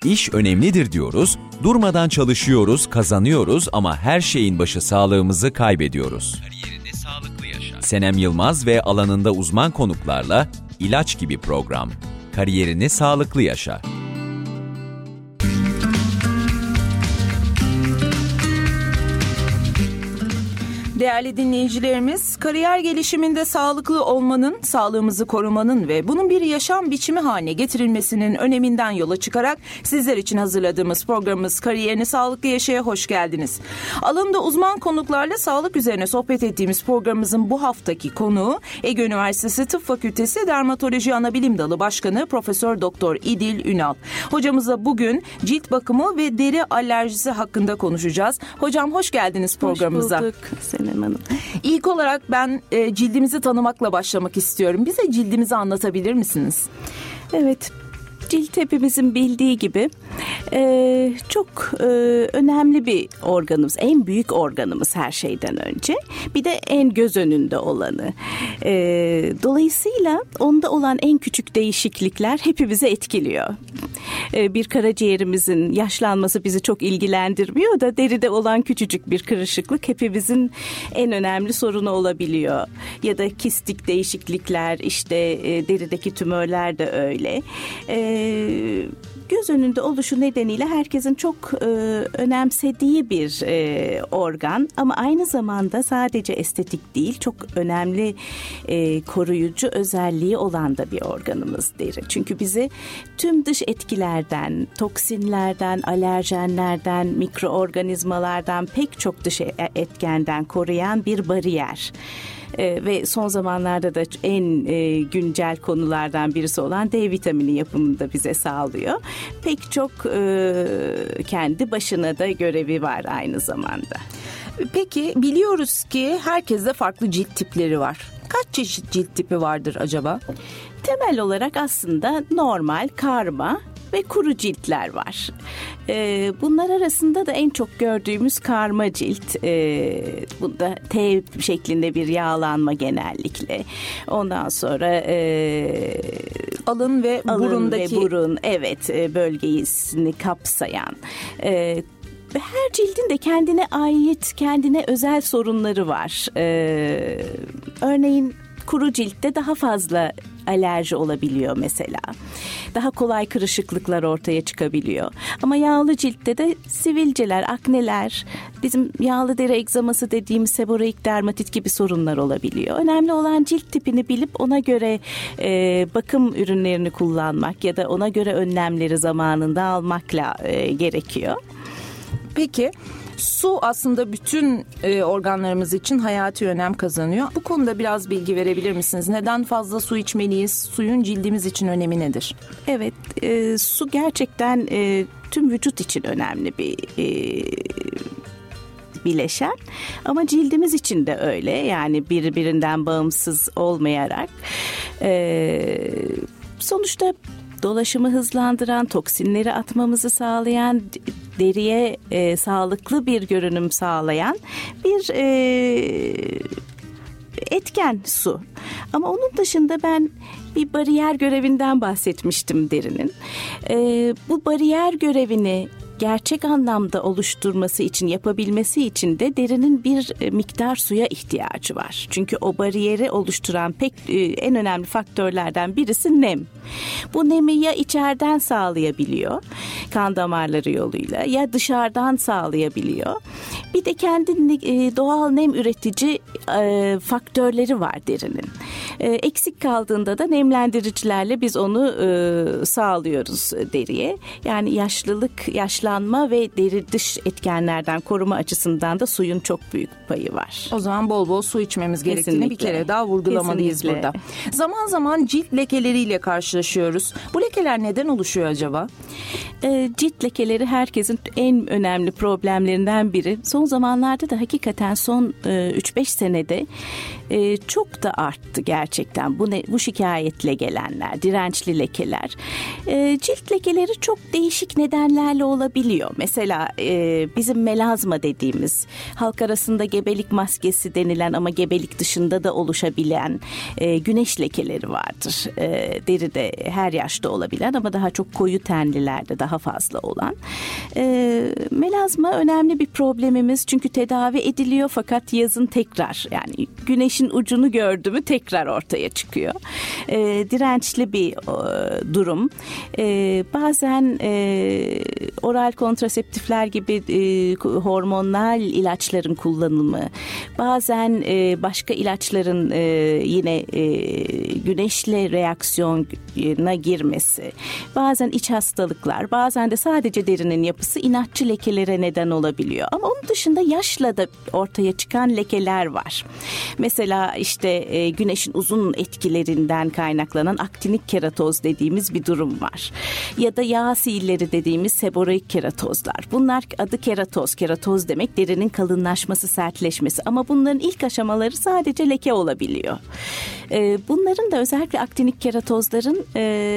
İş önemlidir diyoruz, durmadan çalışıyoruz, kazanıyoruz ama her şeyin başı sağlığımızı kaybediyoruz. Kariyerini sağlıklı yaşa. Senem Yılmaz ve alanında uzman konuklarla İlaç gibi program. Kariyerini sağlıklı yaşa. Değerli dinleyicilerimiz, kariyer gelişiminde sağlıklı olmanın, sağlığımızı korumanın ve bunun bir yaşam biçimi haline getirilmesinin öneminden yola çıkarak sizler için hazırladığımız programımız Kariyerini Sağlıklı Yaşaya hoş geldiniz. Alanında uzman konuklarla sağlık üzerine sohbet ettiğimiz programımızın bu haftaki konuğu Ege Üniversitesi Tıp Fakültesi Dermatoloji Anabilim Dalı Başkanı Profesör Doktor İdil Ünal. Hocamızla bugün cilt bakımı ve deri alerjisi hakkında konuşacağız. Hocam hoş geldiniz programımıza. Hoş bulduk Senem Hanım. İlk olarak ben cildimizi tanımakla başlamak istiyorum. Bize cildimizi anlatabilir misiniz? Evet, cilt hepimizin bildiği gibi çok önemli bir organımız, en büyük organımız her şeyden önce. Bir de en göz önünde olanı. Dolayısıyla onda olan en küçük değişiklikler hepimizi etkiliyor. Bir karaciğerimizin yaşlanması bizi çok ilgilendirmiyor da deride olan küçücük bir kırışıklık hepimizin en önemli sorunu olabiliyor. Ya da kistik değişiklikler, işte derideki tümörler de öyle. Göz önünde oluşu nedeniyle herkesin çok önemsediği bir organ ama aynı zamanda sadece estetik değil, çok önemli koruyucu özelliği olan da bir organımız deri. Çünkü bizi tüm dış etkilerden, toksinlerden, alerjenlerden, mikroorganizmalardan, pek çok dış etkenden koruyan bir bariyer. Ve son zamanlarda da en güncel konulardan birisi olan D vitamini yapımını da bize sağlıyor. Pek çok kendi başına da görevi var aynı zamanda. Peki biliyoruz ki herkeste farklı cilt tipleri var. Kaç çeşit cilt tipi vardır acaba? Temel olarak aslında normal, karma ve kuru ciltler var. Bunlar arasında da en çok gördüğümüz karma cilt. Bunda T şeklinde bir yağlanma genellikle. Ondan sonra alın ve burun, evet, bölgesini kapsayan. Her cildin de kendine ait, kendine özel sorunları var. Örneğin kuru ciltte daha fazla alerji olabiliyor mesela. Daha kolay kırışıklıklar ortaya çıkabiliyor. Ama yağlı ciltte de sivilceler, akneler, bizim yağlı deri egzaması dediğimiz seboreik dermatit gibi sorunlar olabiliyor. Önemli olan cilt tipini bilip ona göre bakım ürünlerini kullanmak ya da ona göre önlemleri zamanında almakla gerekiyor. Peki su aslında bütün organlarımız için hayati önem kazanıyor. Bu konuda biraz bilgi verebilir misiniz? Neden fazla su içmeliyiz? Suyun cildimiz için önemi nedir? Evet, su gerçekten tüm vücut için önemli bir bileşen. Ama cildimiz için de öyle. Yani birbirinden bağımsız olmayarak. Sonuçta dolaşımı hızlandıran, toksinleri atmamızı sağlayan, deriye sağlıklı bir görünüm sağlayan bir etken su. Ama onun dışında ben bir bariyer görevinden bahsetmiştim derinin. Bu bariyer görevini gerçek anlamda oluşturması için, yapabilmesi için de derinin bir miktar suya ihtiyacı var. Çünkü o bariyeri oluşturan en önemli faktörlerden birisi nem. Bu nemi ya içeriden sağlayabiliyor, kan damarları yoluyla, ya dışarıdan sağlayabiliyor. Bir de kendini doğal nem üretici faktörleri var derinin. Eksik kaldığında da nemlendiricilerle biz onu sağlıyoruz deriye. Yani yaşlanma ve deri dış etkenlerden koruma açısından da suyun çok büyük payı var. O zaman bol bol su içmemiz gerektiğini kesinlikle bir kere daha vurgulamalıyız. Kesinlikle. Burada. Zaman zaman cilt lekeleriyle karşılaşıyoruz. Bu lekeler neden oluşuyor acaba? Cilt lekeleri herkesin en önemli problemlerinden biri. Son zamanlarda da hakikaten son 3-5 senede çok da arttı gerçekten. Bu şikayetle gelenler, dirençli lekeler. Cilt lekeleri çok değişik nedenlerle olabiliyor. Mesela bizim melazma dediğimiz, halk arasında gebelik maskesi denilen ama gebelik dışında da oluşabilen güneş lekeleri vardır. Deride her yaşta olabilen ama daha çok koyu tenlilerde daha fazla olan. Melazma önemli bir problemimiz çünkü tedavi ediliyor fakat yazın tekrar, yani güneşin ucunu gördü mü tekrar ortaya çıkıyor. Dirençli bir durum. Bazen oral kontraseptifler gibi hormonal ilaçların kullanımı, bazen başka ilaçların yine güneşle reaksiyona girmesi, bazen iç hastalıklar, bazen de sadece derinin yapısı inatçı lekelere neden olabiliyor. Ama onun dışında yaşla da ortaya çıkan lekeler var. Mesela işte güneşin uzun etkilerinden kaynaklanan aktinik keratoz dediğimiz bir durum var. Ya da yağ siilleri dediğimiz seboroik keratozlar. Bunlar adı keratoz. Keratoz demek derinin kalınlaşması, sertleşmesi. Ama bunların ilk aşamaları sadece leke olabiliyor. Bunların da özellikle aktinik keratozların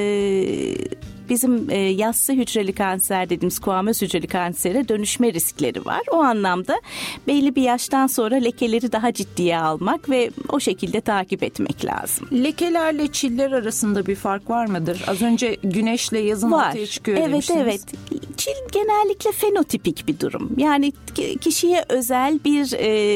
bizim yassı hücreli kanser dediğimiz squamöz hücreli kansere dönüşme riskleri var. O anlamda belli bir yaştan sonra lekeleri daha ciddiye almak ve o şekilde takip etmek lazım. Lekelerle çiller arasında bir fark var mıdır? Az önce güneşle yazın ortaya çıkıyor demiştiniz. Evet. Çil genellikle fenotipik bir durum. Yani kişiye özel bir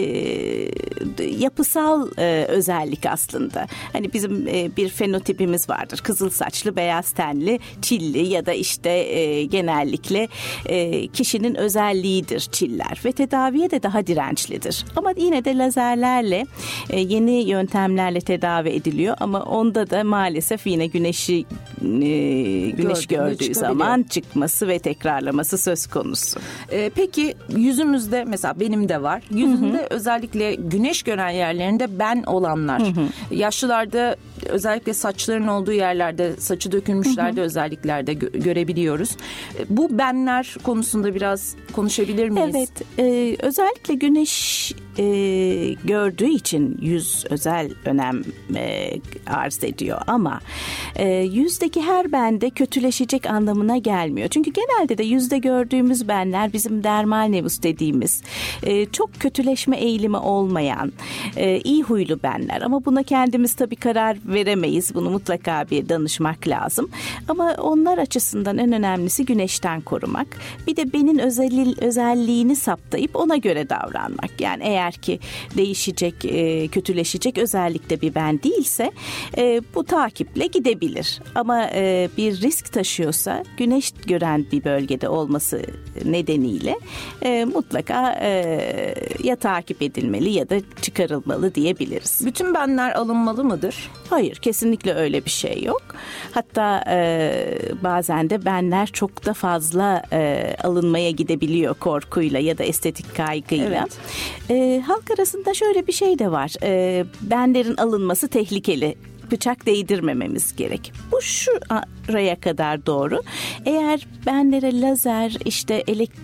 yapısal özellik aslında. Hani bizim bir fenotipimiz vardır. Kızıl saçlı, beyaz tenli, çilli ya da işte genellikle kişinin özelliğidir çiller ve tedaviye de daha dirençlidir. Ama yine de lazerlerle yeni yöntemlerle tedavi ediliyor ama onda da maalesef yine güneş gördüğü zaman çıkması ve tekrarlaması söz konusu. Peki yüzümüzde mesela benim de var. Yüzünde özellikle güneş gören yerlerinde ben olanlar. Yaşlılarda özellikle saçların olduğu yerlerde, saçı dökülmüşlerde özelliklerde görebiliyoruz. Bu benler konusunda biraz konuşabilir miyiz? Evet. Özellikle güneş gördüğü için yüz özel önem arz ediyor ama yüzdeki her bende kötüleşecek anlamına gelmiyor. Çünkü genelde de yüzde gördüğümüz benler bizim dermal nevus dediğimiz çok kötüleşme eğilimi olmayan iyi huylu benler ama buna kendimiz tabii karar veremeyiz. Bunu mutlaka bir danışmak lazım. Ama onlar açısından en önemlisi güneşten korumak. Bir de benin özelliğini saptayıp ona göre davranmak. Yani eğer ki değişecek, kötüleşecek özellikle bir ben değilse bu takiple gidebilir. Ama bir risk taşıyorsa güneş gören bir bölgede olması nedeniyle mutlaka ya takip edilmeli ya da çıkarılmalı diyebiliriz. Bütün benler alınmalı mıdır? Hayır, kesinlikle öyle bir şey yok. Hatta bazen de benler çok da fazla alınmaya gidebiliyor korkuyla ya da estetik kaygıyla. Evet. Halk arasında şöyle bir şey de var. Benlerin alınması tehlikeli. Bıçak değdirmememiz gerek. Bu şuraya kadar doğru. Eğer benlere lazer, işte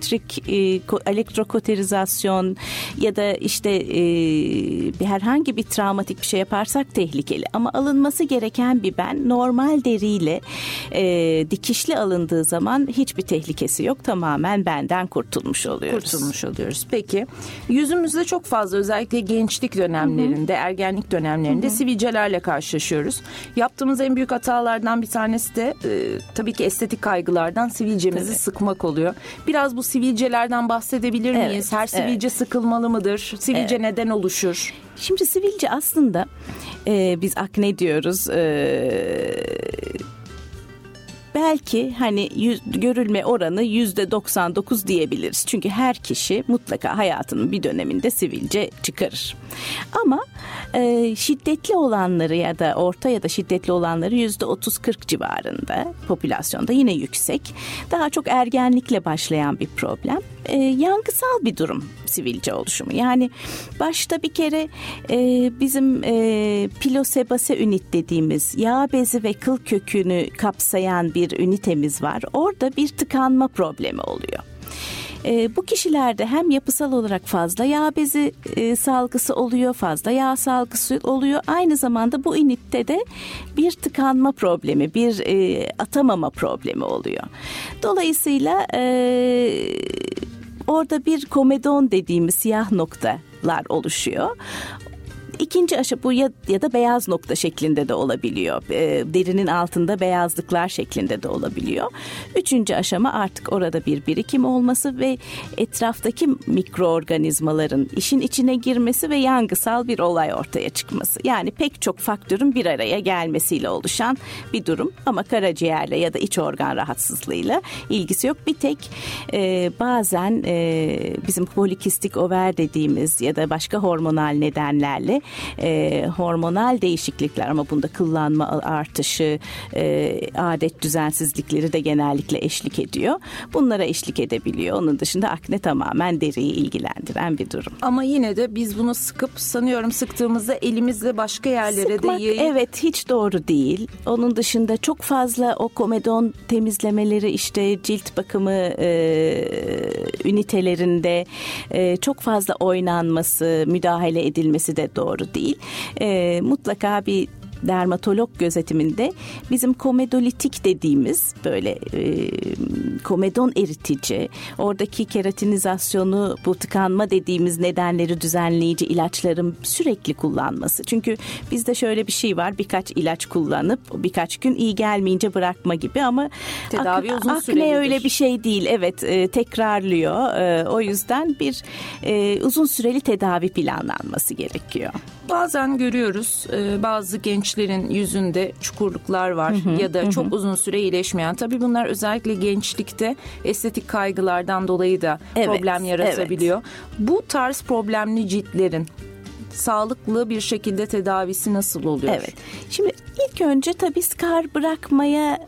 elektrokoterizasyon ya da işte herhangi bir travmatik bir şey yaparsak tehlikeli. Ama alınması gereken bir ben normal deriyle dikişli alındığı zaman hiçbir tehlikesi yok. Tamamen benden kurtulmuş oluyoruz. Peki yüzümüzde çok fazla özellikle gençlik dönemlerinde, ergenlik dönemlerinde sivilcelerle karşılaşıyoruz. Yaptığımız en büyük hatalardan bir tanesi de tabii ki estetik kaygılardan sivilcemizi sıkmak oluyor. Biraz bu sivilcelerden bahsedebilir miyiz? Her sivilce sıkılmalı mıdır? Sivilce neden oluşur? Şimdi sivilce aslında biz akne diyoruz. Belki hani görülme oranı %99 diyebiliriz. Çünkü her kişi mutlaka hayatının bir döneminde sivilce çıkarır. Ama şiddetli olanları ya da orta ya da şiddetli olanları %30-40 civarında popülasyonda yine yüksek. Daha çok ergenlikle başlayan bir problem. Yangısal bir durum sivilce oluşumu. Yani başta bir kere bizim pilosebase ünit dediğimiz yağ bezi ve kıl kökünü kapsayan bir ünitemiz var. Orada bir tıkanma problemi oluyor. Bu kişilerde hem yapısal olarak fazla yağ bezi salgısı oluyor, fazla yağ salgısı oluyor. Aynı zamanda bu ünite de bir tıkanma problemi, bir atamama problemi oluyor. Dolayısıyla orada bir komedon dediğimiz siyah noktalar oluşuyor. İkinci aşama bu ya da beyaz nokta şeklinde de olabiliyor. Derinin altında beyazlıklar şeklinde de olabiliyor. Üçüncü aşama artık orada bir birikim olması ve etraftaki mikroorganizmaların işin içine girmesi ve yangısal bir olay ortaya çıkması. Yani pek çok faktörün bir araya gelmesiyle oluşan bir durum. Ama karaciğerle ya da iç organ rahatsızlığıyla ilgisi yok. Bir tek bazen bizim polikistik over dediğimiz ya da başka hormonal nedenlerle hormonal değişiklikler, ama bunda kıllanma artışı, adet düzensizlikleri de genellikle eşlik ediyor. Bunlara eşlik edebiliyor. Onun dışında akne tamamen deriyi ilgilendiren bir durum. Ama yine de biz bunu sıkıp sanıyorum sıktığımızda elimizle başka yerlere sıkmak, de yayıp... Evet, hiç doğru değil. Onun dışında çok fazla o komedon temizlemeleri, işte cilt bakımı ünitelerinde çok fazla oynanması, müdahale edilmesi de doğru değil. Mutlaka bir dermatolog gözetiminde bizim komedolitik dediğimiz böyle komedon eritici, oradaki keratinizasyonu, bu tıkanma dediğimiz nedenleri düzenleyici ilaçların sürekli kullanması. Çünkü bizde şöyle bir şey var, birkaç ilaç kullanıp birkaç gün iyi gelmeyince bırakma gibi, ama tedavi uzun akne sürelidir. öyle bir şey değil. Evet, tekrarlıyor. O yüzden bir uzun süreli tedavi planlanması gerekiyor. Bazen görüyoruz bazı gençlerin yüzünde çukurluklar var ya da çok uzun süre iyileşmeyen. Tabii bunlar özellikle gençlikte estetik kaygılardan dolayı da problem yaratabiliyor. Evet. Bu tarz problemli ciltlerin sağlıklı bir şekilde tedavisi nasıl oluyor? Evet. Şimdi ilk önce tabii skar bırakmaya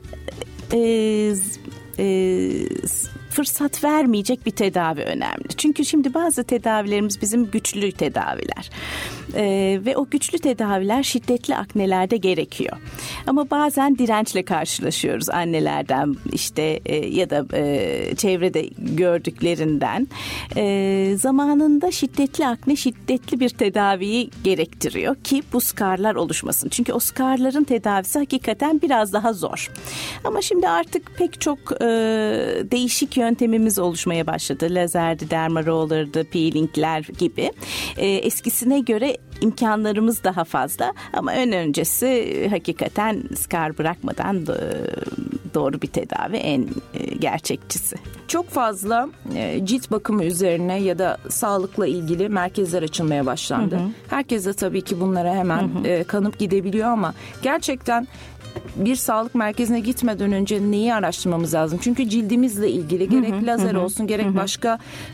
fırsat vermeyecek bir tedavi önemli. Çünkü şimdi bazı tedavilerimiz bizim güçlü tedaviler. Ve o güçlü tedaviler şiddetli aknelerde gerekiyor. Ama bazen dirençle karşılaşıyoruz annelerden, işte ya da çevrede gördüklerinden. Zamanında şiddetli akne şiddetli bir tedaviyi gerektiriyor ki bu skarlar oluşmasın. Çünkü o skarların tedavisi hakikaten biraz daha zor. Ama şimdi artık pek çok değişik yöntemimiz oluşmaya başladı. Lazerdi, dermarollerdi, peelingler gibi. Eskisine göre imkanlarımız daha fazla, ama ön öncesi hakikaten skar bırakmadan doğru bir tedavi en gerçekçisi. Çok fazla cilt bakımı üzerine ya da sağlıkla ilgili merkezler açılmaya başlandı. Hı hı. Herkes de tabii ki bunlara hemen kanıp gidebiliyor, ama gerçekten bir sağlık merkezine gitmeden önce neyi araştırmamız lazım? Çünkü cildimizle ilgili gerek lazer olsun, gerek başka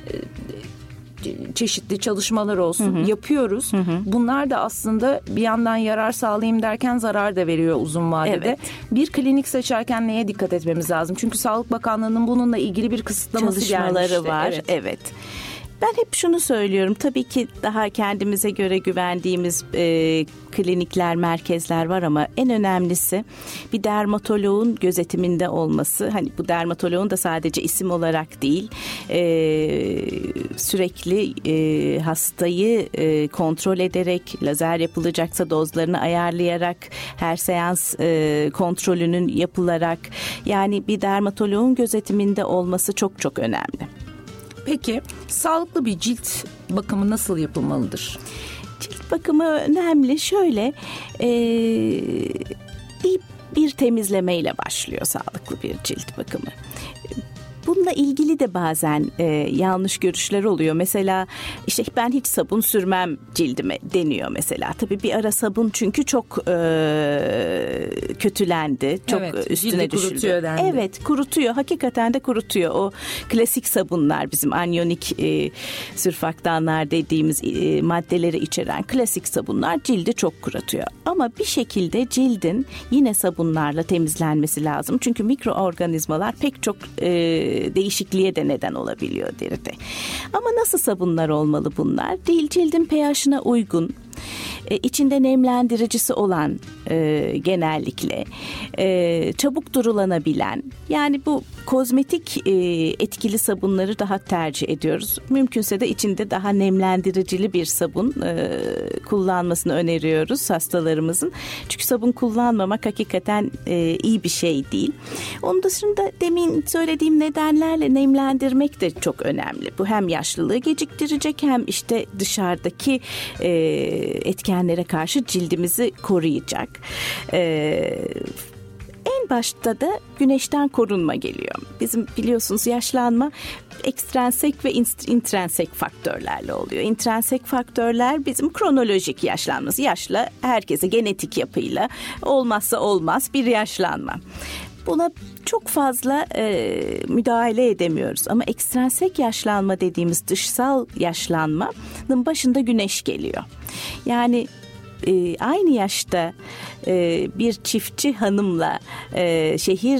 çeşitli çalışmalar olsun yapıyoruz. Bunlar da aslında bir yandan yarar sağlayayım derken zarar da veriyor uzun vadede. Evet. Bir klinik seçerken neye dikkat etmemiz lazım? Çünkü Sağlık Bakanlığı'nın bununla ilgili bir kısıtlaması çalışmaları var. Evet. Ben hep şunu söylüyorum. Tabii ki daha kendimize göre güvendiğimiz klinikler, merkezler var, ama en önemlisi bir dermatoloğun gözetiminde olması. Hani bu dermatoloğun da sadece isim olarak değil, sürekli hastayı kontrol ederek, lazer yapılacaksa dozlarını ayarlayarak, her seans kontrolünün yapılarak, yani bir dermatoloğun gözetiminde olması çok çok önemli. Peki sağlıklı bir cilt bakımı nasıl yapılmalıdır? Cilt bakımı önemli. Şöyle iyi bir temizlemeyle başlıyor sağlıklı bir cilt bakımı. Bununla ilgili de bazen yanlış görüşler oluyor. Mesela işte ben hiç sabun sürmem cildime deniyor mesela. Tabii bir ara sabun çünkü çok kötülendi. Çok üstüne düşüldü. Kurutuyor dendi. Evet, kurutuyor. Hakikaten de kurutuyor. O klasik sabunlar, bizim anyonik sürfaktanlar dediğimiz maddeleri içeren klasik sabunlar cildi çok kurutuyor. Ama bir şekilde cildin yine sabunlarla temizlenmesi lazım. Çünkü mikroorganizmalar pek çok değişikliğe de neden olabiliyor deride. Ama nasıl sabunlar olmalı bunlar? Değil, cildin pH'ına uygun, içinde nemlendiricisi olan genellikle çabuk durulanabilen, yani bu kozmetik etkili sabunları daha tercih ediyoruz. Mümkünse de içinde daha nemlendiricili bir sabun kullanmasını öneriyoruz hastalarımızın. Çünkü sabun kullanmamak hakikaten iyi bir şey değil. Onun dışında demin söylediğim nedenlerle nemlendirmek de çok önemli. Bu hem yaşlılığı geciktirecek hem işte dışarıdaki etkenlere karşı cildimizi koruyacak. En başta da güneşten korunma geliyor. Bizim biliyorsunuz yaşlanma ekstrensek ve intrensek faktörlerle oluyor. İntrensek faktörler bizim kronolojik yaşlanmamız. Yaşla herkese genetik yapıyla olmazsa olmaz bir yaşlanma. Buna çok fazla müdahale edemiyoruz. Ama ekstrensek yaşlanma dediğimiz dışsal yaşlanmanın başında güneş geliyor. Yani aynı yaşta bir çiftçi hanımla şehir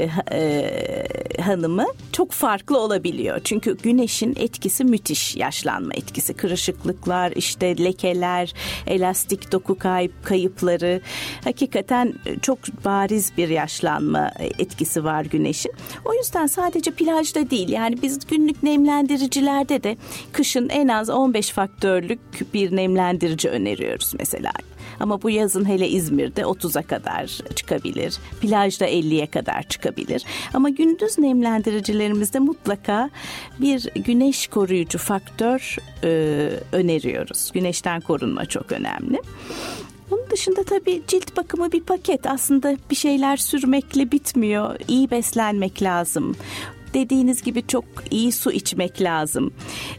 hanımı çok farklı olabiliyor. Çünkü güneşin etkisi müthiş, yaşlanma etkisi. Kırışıklıklar, işte lekeler, elastik doku kayıpları, hakikaten çok bariz bir yaşlanma etkisi var güneşin. O yüzden sadece plajda değil, yani biz günlük nemlendiricilerde de kışın en az 15 faktörlük bir nemlendirici öneriyoruz mesela. Ama bu yazın hele İzmir'de 30'a kadar çıkabilir. Plajda 50'ye kadar çıkabilir. Ama gündüz nemlendiricilerimizde mutlaka bir güneş koruyucu faktör öneriyoruz. Güneşten korunma çok önemli. Bunun dışında tabii cilt bakımı bir paket. Aslında bir şeyler sürmekle bitmiyor. İyi beslenmek lazım. Dediğiniz gibi çok iyi su içmek lazım.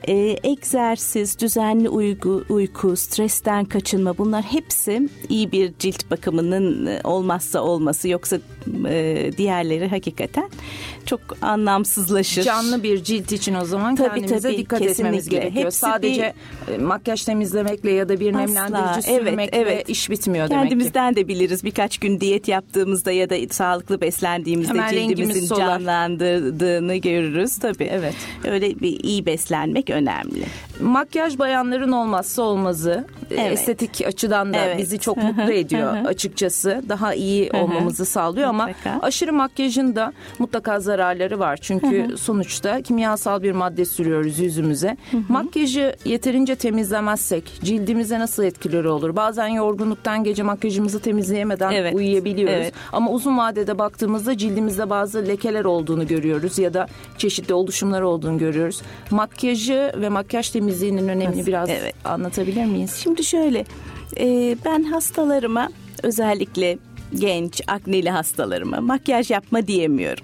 Egzersiz, düzenli uyku, stresten kaçınma, bunlar hepsi iyi bir cilt bakımının olmazsa olması. Yoksa diğerleri hakikaten çok anlamsızlaşır. Canlı bir cilt için o zaman kendimize dikkat etmemiz gerekiyor. Hepsi sadece makyaj temizlemekle ya da bir nemlendirici sürmekle iş bitmiyor demek ki. Kendimizden de biliriz, birkaç gün diyet yaptığımızda ya da sağlıklı beslendiğimizde hemen cildimizin canlandırdığını görürüz tabii. Evet. Öyle bir iyi beslenmek önemli. Makyaj bayanların olmazsa olmazı. Evet. Estetik açıdan da bizi çok mutlu ediyor açıkçası. Daha iyi olmamızı sağlıyor mutlaka. Ama aşırı makyajın da mutlaka zararları var. Çünkü sonuçta kimyasal bir madde sürüyoruz yüzümüze. Makyajı yeterince temizlemezsek cildimize nasıl etkileri olur? Bazen yorgunluktan gece makyajımızı temizleyemeden uyuyabiliyoruz. Evet. Ama uzun vadede baktığımızda cildimizde bazı lekeler olduğunu görüyoruz ya da çeşitli oluşumlar olduğunu görüyoruz. Makyajı ve makyaj temizliğinin önemini biraz anlatabilir miyiz? Şimdi şöyle, ben hastalarıma, özellikle genç akneli hastalarıma makyaj yapma diyemiyorum.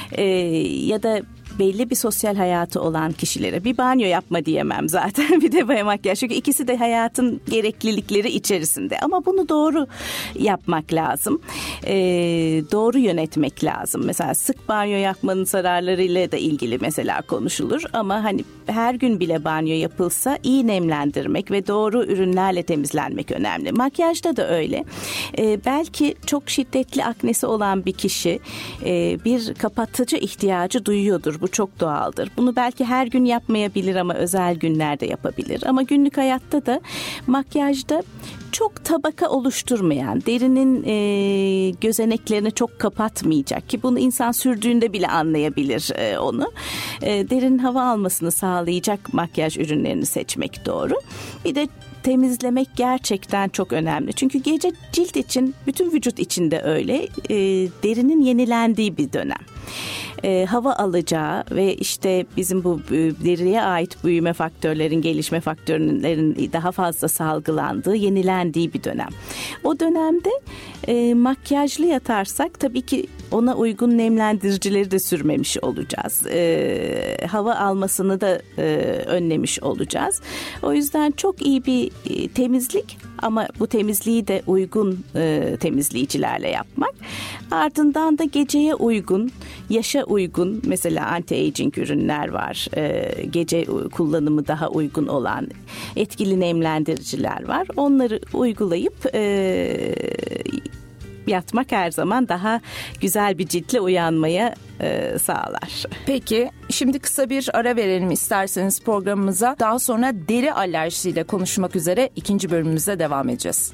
Ya da belli bir sosyal hayatı olan kişilere bir banyo yapma diyemem zaten. Bir de makyaj. Çünkü ikisi de hayatın gereklilikleri içerisinde. Ama bunu doğru yapmak lazım. Doğru yönetmek lazım. Mesela sık banyo yapmanın zararlarıyla da ilgili mesela konuşulur. Ama hani her gün bile banyo yapılsa iyi nemlendirmek ve doğru ürünlerle temizlenmek önemli. Makyajda da öyle. Belki çok şiddetli aknesi olan bir kişi bir kapatıcı ihtiyacı duyuyordur. Bu çok doğaldır. Bunu belki her gün yapmayabilir ama özel günlerde yapabilir. Ama günlük hayatta da makyajda çok tabaka oluşturmayan, derinin gözeneklerini çok kapatmayacak ki bunu insan sürdüğünde bile anlayabilir onu. Derinin hava almasını sağlayacak makyaj ürünlerini seçmek doğru. Bir de temizlemek gerçekten çok önemli. Çünkü gece cilt için, bütün vücut için de öyle, derinin yenilendiği bir dönem. Hava alacağı ve işte bizim bu deriye ait büyüme faktörlerin, gelişme faktörlerin daha fazla salgılandığı, yenilendiği bir dönem. O dönemde makyajlı yatarsak tabii ki ona uygun nemlendiricileri de sürmemiş olacağız. Hava almasını da önlemiş olacağız. O yüzden çok iyi bir temizlik, ama bu temizliği de uygun temizleyicilerle yapmak. Ardından da geceye uygun, yaşa uygun, mesela anti-aging ürünler var. Gece kullanımı daha uygun olan etkili nemlendiriciler var. Onları uygulayıp yatmak her zaman daha güzel bir ciltle uyanmaya sağlar. Peki şimdi kısa bir ara verelim isterseniz programımıza. Daha sonra deri alerjisiyle konuşmak üzere ikinci bölümümüze devam edeceğiz.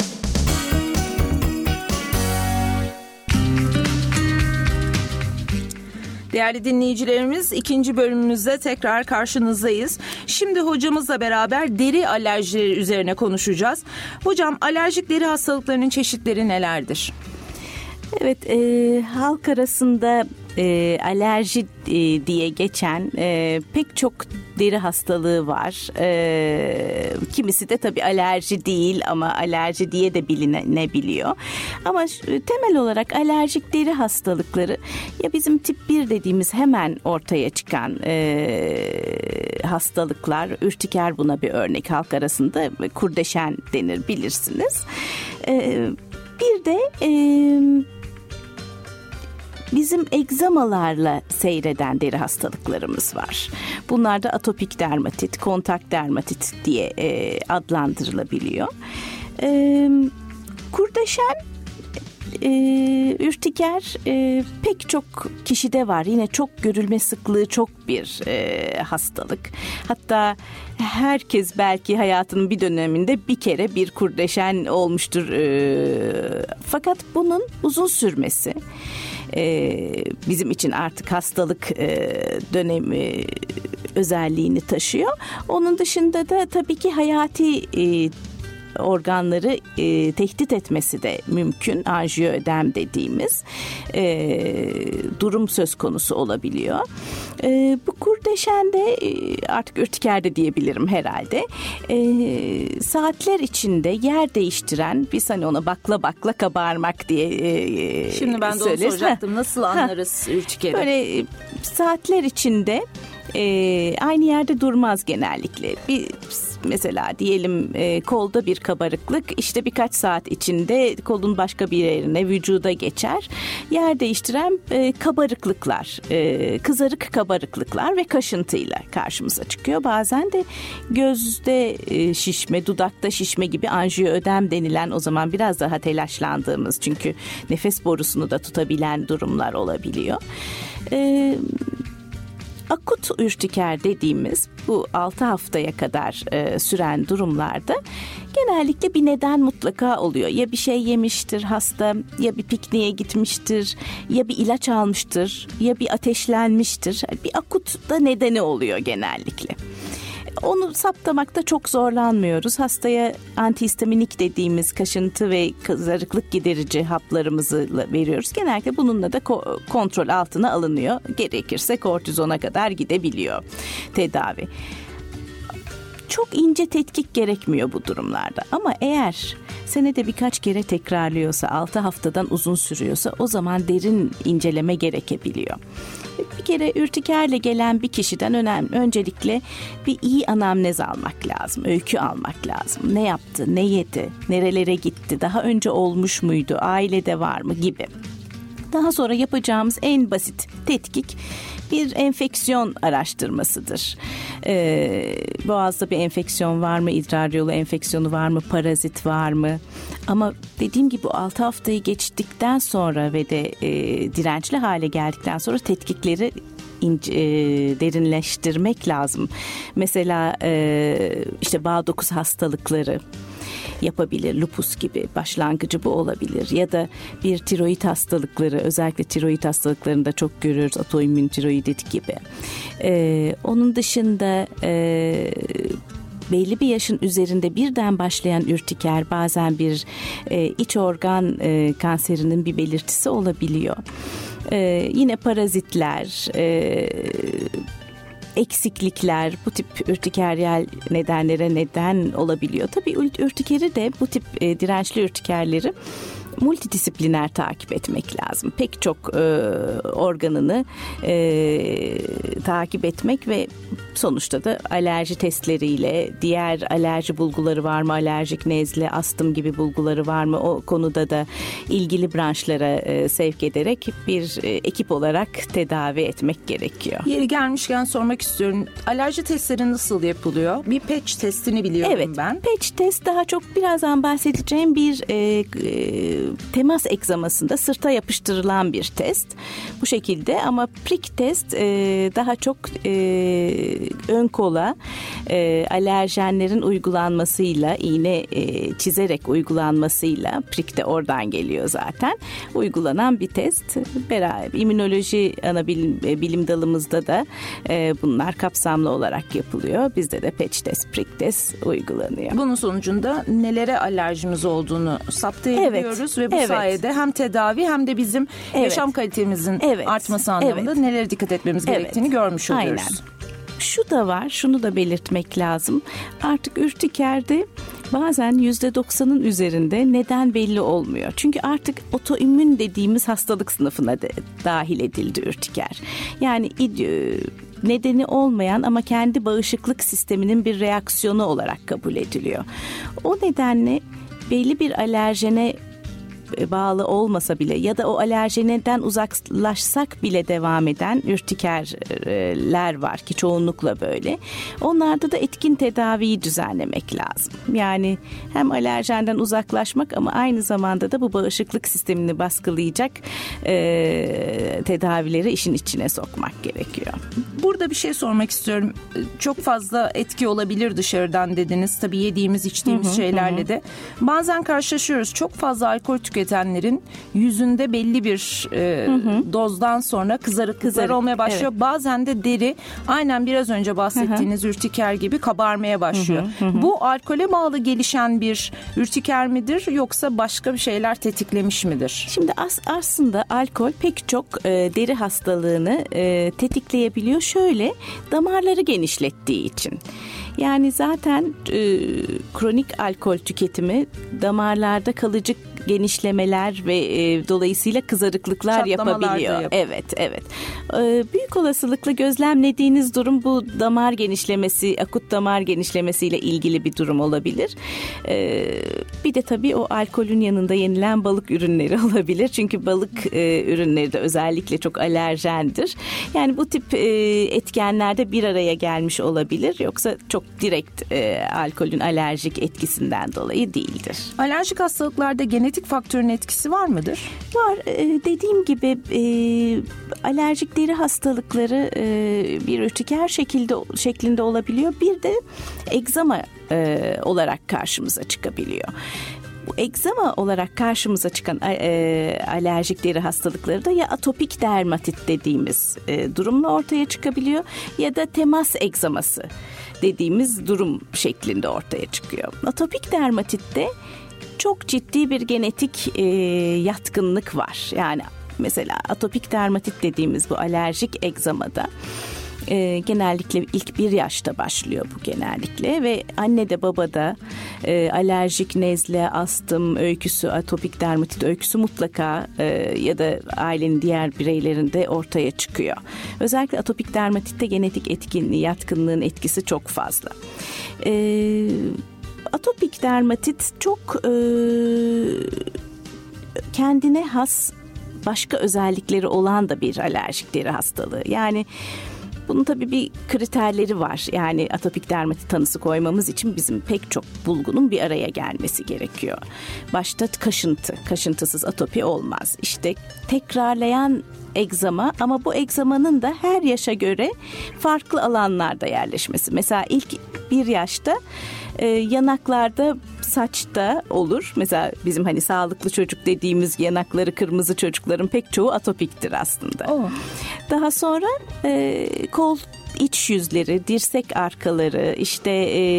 Değerli dinleyicilerimiz, ikinci bölümümüzde tekrar karşınızdayız. Şimdi hocamızla beraber deri alerjileri üzerine konuşacağız. Hocam, alerjik deri hastalıklarının çeşitleri nelerdir? Evet, halk arasında alerji diye geçen pek çok deri hastalığı var. Kimisi de tabii alerji değil ama alerji diye de bilinebiliyor. Ama temel olarak alerjik deri hastalıkları ya bizim tip 1 dediğimiz hemen ortaya çıkan hastalıklar. Ürtiker buna bir örnek, halk arasında kurdeşen denir, bilirsiniz. Bir de bizim egzamalarla seyreden deri hastalıklarımız var. Bunlar da atopik dermatit, kontak dermatit diye adlandırılabiliyor. Kurdeşen, ürtiker pek çok kişide var. Yine çok görülme sıklığı çok bir hastalık. Hatta herkes belki hayatının bir döneminde bir kere bir kurdeşen olmuştur. Fakat bunun uzun sürmesi bizim için artık hastalık dönemi özelliğini taşıyor. Onun dışında da tabii ki hayati organları tehdit etmesi de mümkün. Anjiyoödem dediğimiz durum söz konusu olabiliyor. Bu kurdeşende artık ürtikerde diyebilirim herhalde. Saatler içinde yer değiştiren, biz hani ona bakla kabarmak diye Şimdi ben de onu soracaktım. Nasıl anlarız ürtikeri? Böyle saatler içinde aynı yerde durmaz genellikle. Mesela diyelim kolda bir kabarıklık, işte birkaç saat içinde kolun başka bir yerine, vücuda geçer. Yer değiştiren kabarıklıklar, kızarık kabarıklıklar ve kaşıntıyla karşımıza çıkıyor. Bazen de gözde şişme, dudakta şişme gibi anjiyoödem denilen, o zaman biraz daha telaşlandığımız, çünkü nefes borusunu da tutabilen durumlar olabiliyor. Akut ürtiker dediğimiz bu 6 haftaya kadar süren durumlarda genellikle bir neden mutlaka oluyor. Ya bir şey yemiştir hasta, ya bir pikniğe gitmiştir, ya bir ilaç almıştır, ya bir ateşlenmiştir. Bir akut da nedeni oluyor genellikle. Onu saptamakta çok zorlanmıyoruz. Hastaya antihistaminik dediğimiz kaşıntı ve kızarıklık giderici haplarımızı veriyoruz. Genellikle bununla da kontrol altına alınıyor. Gerekirse kortizona kadar gidebiliyor tedavi. Çok ince tetkik gerekmiyor bu durumlarda. Ama eğer senede birkaç kere tekrarlıyorsa, 6 haftadan uzun sürüyorsa, o zaman derin inceleme gerekebiliyor. Bir kere ürtikerle gelen bir kişiden öncelikle bir iyi anamnez almak lazım, öykü almak lazım. Ne yaptı, ne yedi, nerelere gitti, daha önce olmuş muydu, ailede var mı gibi. Daha sonra yapacağımız en basit tetkik bir enfeksiyon araştırmasıdır. Boğazda bir enfeksiyon var mı, idrar yolu enfeksiyonu var mı, parazit var mı? Ama dediğim gibi 6 haftayı geçtikten sonra ve de dirençli hale geldikten sonra tetkikleri derinleştirmek lazım. Mesela işte bağ dokusu hastalıkları yapabilir. Lupus gibi başlangıcı bu olabilir. Ya da bir tiroid hastalıkları, özellikle tiroid hastalıklarında çok görüyoruz. Otoimmün tiroidit gibi. Onun dışında belli bir yaşın üzerinde birden başlayan ürtiker bazen bir iç organ kanserinin bir belirtisi olabiliyor. Yine parazitler, eksiklikler bu tip ürtikeryal nedenlere neden olabiliyor. Tabii ürtikeri de, bu tip dirençli ürtikerleri multidisipliner takip etmek lazım. Pek çok organını takip etmek ve sonuçta da alerji testleriyle, diğer alerji bulguları var mı, alerjik nezle, astım gibi bulguları var mı, o konuda da ilgili branşlara sevk ederek bir ekip olarak tedavi etmek gerekiyor. Yeri gelmişken sormak istiyorum. Alerji testleri nasıl yapılıyor? Bir patch testini biliyorum ben. Evet, patch test daha çok birazdan bahsedeceğim bir temas egzamasında sırta yapıştırılan bir test. Bu şekilde, ama prik test daha çok ön kola alerjenlerin uygulanmasıyla, iğne çizerek uygulanmasıyla, prik de oradan geliyor zaten, uygulanan bir test. Beraber immünoloji ana bilim dalımızda da bunlar kapsamlı olarak yapılıyor. Bizde de patch test, prik test uygulanıyor. Bunun sonucunda nelere alerjimiz olduğunu saptayabiliyoruz ve bu sayede hem tedavi hem de bizim yaşam kalitemizin artması anlamında nelere dikkat etmemiz gerektiğini görmüş oluyoruz. Aynen. Şu da var, şunu da belirtmek lazım. Artık ürtikerde bazen %90'ın üzerinde neden belli olmuyor. Çünkü artık otoimmün dediğimiz hastalık sınıfına dahil edildi ürtiker. Yani nedeni olmayan ama kendi bağışıklık sisteminin bir reaksiyonu olarak kabul ediliyor. O nedenle belli bir alerjene bağlı olmasa bile ya da o alerjeneden uzaklaşsak bile devam eden ürtikerler var ki çoğunlukla böyle. Onlarda da etkin tedaviyi düzenlemek lazım. Yani hem alerjenden uzaklaşmak ama aynı zamanda da bu bağışıklık sistemini baskılayacak tedavileri işin içine sokmak gerekiyor. Burada bir şey sormak istiyorum. Çok fazla etki olabilir dışarıdan dediniz. Tabii yediğimiz, içtiğimiz şeylerle de. Bazen karşılaşıyoruz. Çok fazla alkol tüketenlerin yüzünde belli bir dozdan sonra kızarıklıklar olmaya başlıyor. Bazen de deri aynen biraz önce bahsettiğiniz ürtiker gibi kabarmaya başlıyor. Bu alkole bağlı gelişen bir ürtiker midir yoksa başka bir şeyler tetiklemiş midir? Şimdi aslında alkol pek çok deri hastalığını tetikleyebiliyor. Şöyle, damarları genişlettiği için. Yani zaten kronik alkol tüketimi damarlarda kalıcı genişlemeler ve dolayısıyla kızarıklıklar yapabiliyor. Evet. Büyük olasılıkla gözlemlediğiniz durum bu damar genişlemesi, akut damar genişlemesiyle ilgili bir durum olabilir. Bir de tabii o alkolün yanında yenilen balık ürünleri olabilir. Çünkü balık ürünleri de özellikle çok alerjendir. Yani bu tip etkenlerde bir araya gelmiş olabilir. Yoksa çok direkt alkolün alerjik etkisinden dolayı değildir. Alerjik hastalıklarda genetik faktörün etkisi var mıdır? Var. Dediğim gibi alerjik deri hastalıkları bir ürtiker şeklinde olabiliyor. Bir de egzama olarak karşımıza çıkabiliyor. Bu egzama olarak karşımıza çıkan alerjik deri hastalıkları da ya atopik dermatit dediğimiz durumla ortaya çıkabiliyor ya da temas egzaması dediğimiz durum şeklinde ortaya çıkıyor. Atopik dermatitte çok ciddi bir genetik yatkınlık var. Yani mesela atopik dermatit dediğimiz bu alerjik egzamada genellikle ilk 1 yaşta başlıyor bu genellikle ve annede babada alerjik nezle, astım öyküsü, atopik dermatit öyküsü mutlaka ya da ailenin diğer bireylerinde ortaya çıkıyor. Özellikle atopik dermatitte genetik yatkınlığın etkisi çok fazla. Atopik dermatit çok kendine has başka özellikleri olan da bir alerjik deri hastalığı. Yani bunun tabii bir kriterleri var. Yani atopik dermatit tanısı koymamız için bizim pek çok bulgunun bir araya gelmesi gerekiyor. Başta kaşıntı. Kaşıntısız atopi olmaz. İşte tekrarlayan egzama ama bu egzamanın da her yaşa göre farklı alanlarda yerleşmesi. Mesela ilk 1 yaşta yanaklarda, saçta olur. Mesela bizim hani sağlıklı çocuk dediğimiz yanakları kırmızı çocukların pek çoğu atopiktir aslında. Daha sonra kol iç yüzleri, dirsek arkaları, işte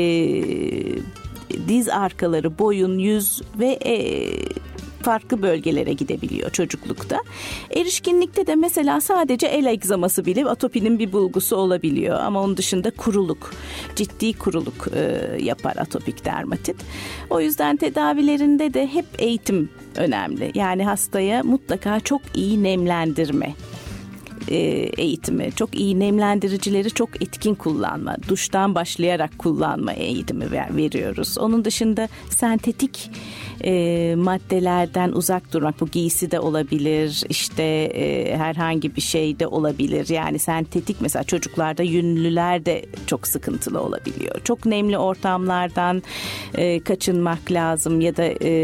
diz arkaları, boyun, yüz ve farklı bölgelere gidebiliyor çocuklukta. Erişkinlikte de mesela sadece el egzaması bile atopinin bir bulgusu olabiliyor. Ama onun dışında kuruluk, ciddi kuruluk yapar atopik dermatit. O yüzden tedavilerinde de hep eğitim önemli. Yani hastaya mutlaka çok iyi nemlendirme eğitimi, çok iyi nemlendiricileri çok etkin kullanma, duştan başlayarak kullanma eğitimi veriyoruz. Onun dışında sentetik maddelerden uzak durmak, bu giysi de olabilir, işte herhangi bir şey de olabilir. Yani sentetik, mesela çocuklarda yünlüler de çok sıkıntılı olabiliyor. Çok nemli ortamlardan kaçınmak lazım ya da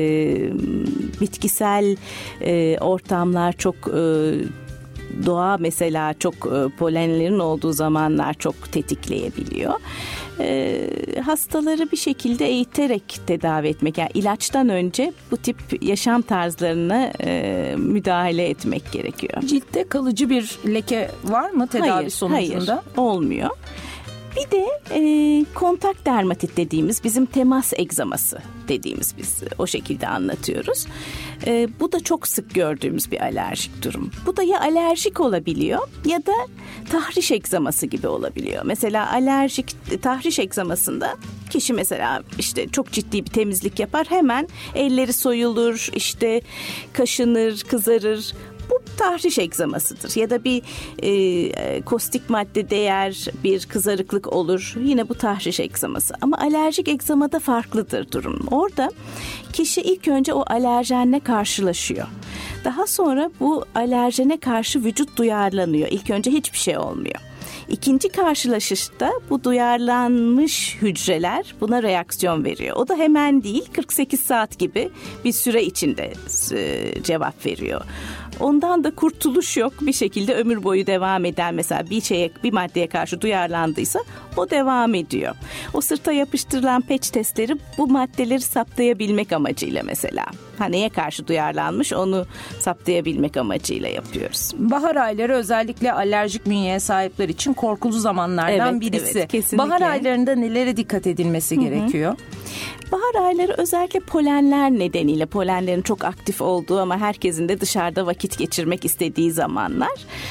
bitkisel ortamlar çok doğa mesela çok polenlerin olduğu zamanlar çok tetikleyebiliyor. Hastaları bir şekilde eğiterek tedavi etmek, yani ilaçtan önce bu tip yaşam tarzlarına müdahale etmek gerekiyor. Ciltte kalıcı bir leke var mı tedavi sonucunda? Hayır, olmuyor. Bir de kontak dermatit dediğimiz, bizim temas egzaması dediğimiz, biz o şekilde anlatıyoruz. Bu da çok sık gördüğümüz bir alerjik durum. Bu da ya alerjik olabiliyor ya da tahriş egzaması gibi olabiliyor. Mesela alerjik tahriş egzamasında kişi mesela işte çok ciddi bir temizlik yapar, hemen elleri soyulur, işte kaşınır, kızarır. Bu tahriş egzamasıdır. Ya da bir kostik madde değer, bir kızarıklık olur. Yine bu tahriş egzaması. Ama alerjik egzamada farklıdır durum. Orada kişi ilk önce o alerjenle karşılaşıyor. Daha sonra bu alerjene karşı vücut duyarlanıyor. İlk önce hiçbir şey olmuyor. İkinci karşılaşışta bu duyarlanmış hücreler buna reaksiyon veriyor. O da hemen değil, 48 saat gibi bir süre içinde cevap veriyor. Ondan da kurtuluş yok, bir şekilde ömür boyu devam eden, mesela bir maddeye karşı duyarlandıysa o devam ediyor. O sırta yapıştırılan patch testleri bu maddeleri saptayabilmek amacıyla mesela. Neye karşı duyarlanmış onu saptayabilmek amacıyla yapıyoruz. Bahar ayları özellikle alerjik bünyeye sahipler için korkulu zamanlardan birisi. Evet, kesinlikle. Bahar aylarında nelere dikkat edilmesi gerekiyor? Bahar ayları özellikle polenler nedeniyle, polenlerin çok aktif olduğu ama herkesin de dışarıda vakit geçirmek istediği zamanlar.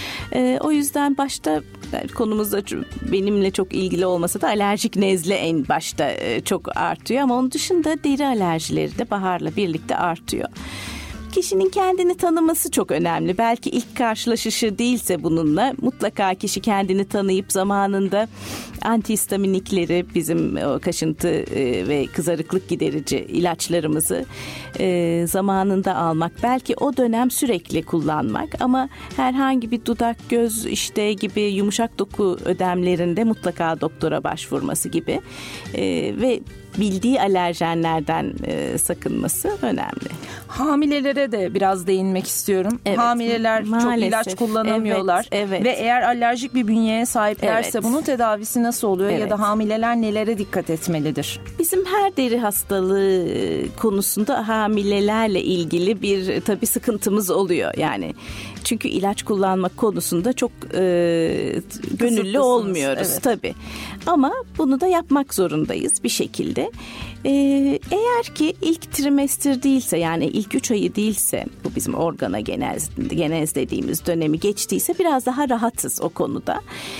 O yüzden başta konumuzda benimle çok ilgili olmasa da alerjik nezle en başta çok artıyor, ama onun dışında deri alerjileri de baharla birlikte artıyor. Kişinin kendini tanıması çok önemli. Belki ilk karşılaşışı değilse bununla, mutlaka kişi kendini tanıyıp zamanında antihistaminikleri, bizim o kaşıntı ve kızarıklık giderici ilaçlarımızı zamanında almak. Belki o dönem sürekli kullanmak, ama herhangi bir dudak, göz işte gibi yumuşak doku ödemlerinde mutlaka doktora başvurması gibi ve bildiği alerjenlerden sakınması önemli. Hamilelere de biraz değinmek istiyorum. Evet, hamileler maalesef çok ilaç kullanamıyorlar. Evet. Ve eğer alerjik bir bünyeye sahiplerse bunun tedavisi nasıl oluyor ya da hamileler nelere dikkat etmelidir? Bizim her deri hastalığı konusunda hamilelerle ilgili bir tabii sıkıntımız oluyor. Yani çünkü ilaç kullanmak konusunda çok gönüllü olmuyoruz tabii. Ama bunu da yapmak zorundayız bir şekilde. Eğer ki ilk trimester değilse, yani ilk 3 ayı değilse, bu bizim organogenez dediğimiz dönemi geçtiyse biraz daha rahatız o konuda.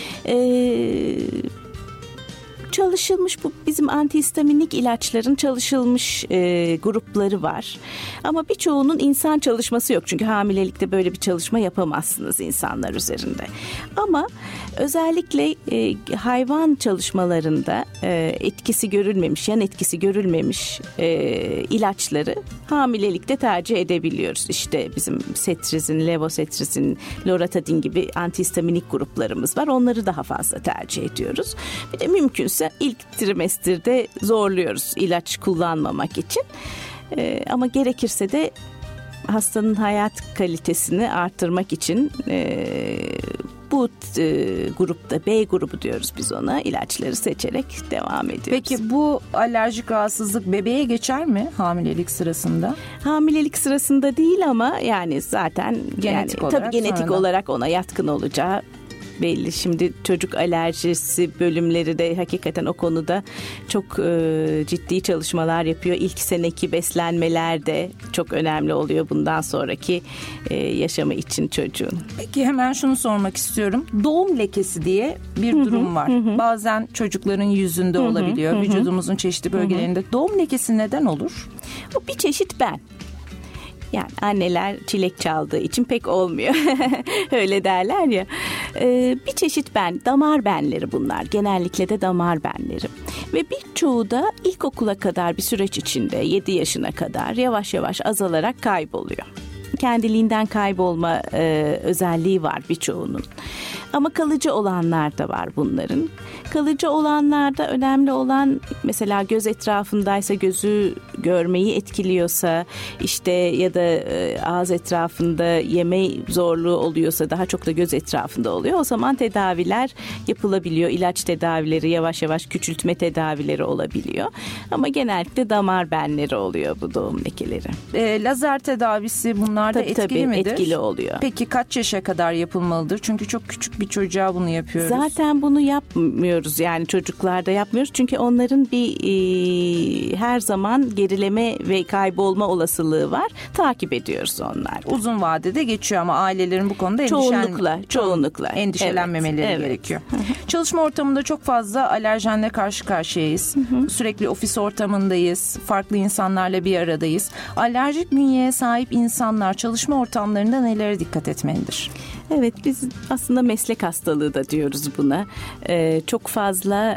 Çalışılmış, bu bizim antihistaminik ilaçların çalışılmış grupları var. Ama birçoğunun insan çalışması yok. Çünkü hamilelikte böyle bir çalışma yapamazsınız insanlar üzerinde. Ama özellikle hayvan çalışmalarında etkisi görülmemiş, yan etkisi görülmemiş ilaçları hamilelikte tercih edebiliyoruz. İşte bizim cetrizin, levocetrizin, loratadin gibi antihistaminik gruplarımız var. Onları daha fazla tercih ediyoruz. Bir de mümkünse ilk trimesterde zorluyoruz ilaç kullanmamak için. Ama gerekirse de hastanın hayat kalitesini artırmak için bu grupta, B grubu diyoruz biz ona, ilaçları seçerek devam ediyoruz. Peki bu alerjik rahatsızlık bebeğe geçer mi hamilelik sırasında? Hamilelik sırasında değil, ama yani zaten genetik olarak ona yatkın olacağı belli. Şimdi çocuk alerjisi bölümleri de hakikaten o konuda çok ciddi çalışmalar yapıyor. İlk seneki beslenmeler de çok önemli oluyor bundan sonraki yaşamı için çocuğun. Peki hemen şunu sormak istiyorum. Doğum lekesi diye bir durum var. Bazen çocukların yüzünde olabiliyor. Vücudumuzun çeşitli bölgelerinde. Doğum lekesi neden olur? O bir çeşit ben. Yani anneler çilek çaldığı için pek olmuyor. Öyle derler ya. Bir çeşit damar benleri bunlar. Genellikle de damar benleri. Ve birçoğu da ilkokula kadar bir süreç içinde 7 yaşına kadar yavaş yavaş azalarak kayboluyor. Kendiliğinden kaybolma özelliği var birçoğunun. Ama kalıcı olanlar da var bunların. Kalıcı olanlarda önemli olan mesela göz etrafındaysa, gözü görmeyi etkiliyorsa, işte ya da ağız etrafında yeme zorluğu oluyorsa, daha çok da göz etrafında oluyor. O zaman tedaviler yapılabiliyor. İlaç tedavileri, yavaş yavaş küçültme tedavileri olabiliyor. Ama genellikle damar benleri oluyor bu doğum lekeleri. Lazer tedavisi bunlarda etkili midir? Etkili oluyor. Peki kaç yaşa kadar yapılmalıdır? Çünkü çok küçük bir çocuğa bunu yapıyoruz. Zaten bunu yapmıyoruz, yani çocuklarda yapmıyoruz. Çünkü onların her zaman gerileme ve kaybolma olasılığı var. Takip ediyoruz onları. Uzun vadede geçiyor ama ailelerin bu konuda çoğunlukla endişelenmemeleri gerekiyor. Çalışma ortamında çok fazla alerjenle karşı karşıyayız. Sürekli ofis ortamındayız. Farklı insanlarla bir aradayız. Alerjik bünyeye sahip insanlar çalışma ortamlarında nelere dikkat etmelidir? Evet, biz aslında meslek hastalığı da diyoruz buna. Çok fazla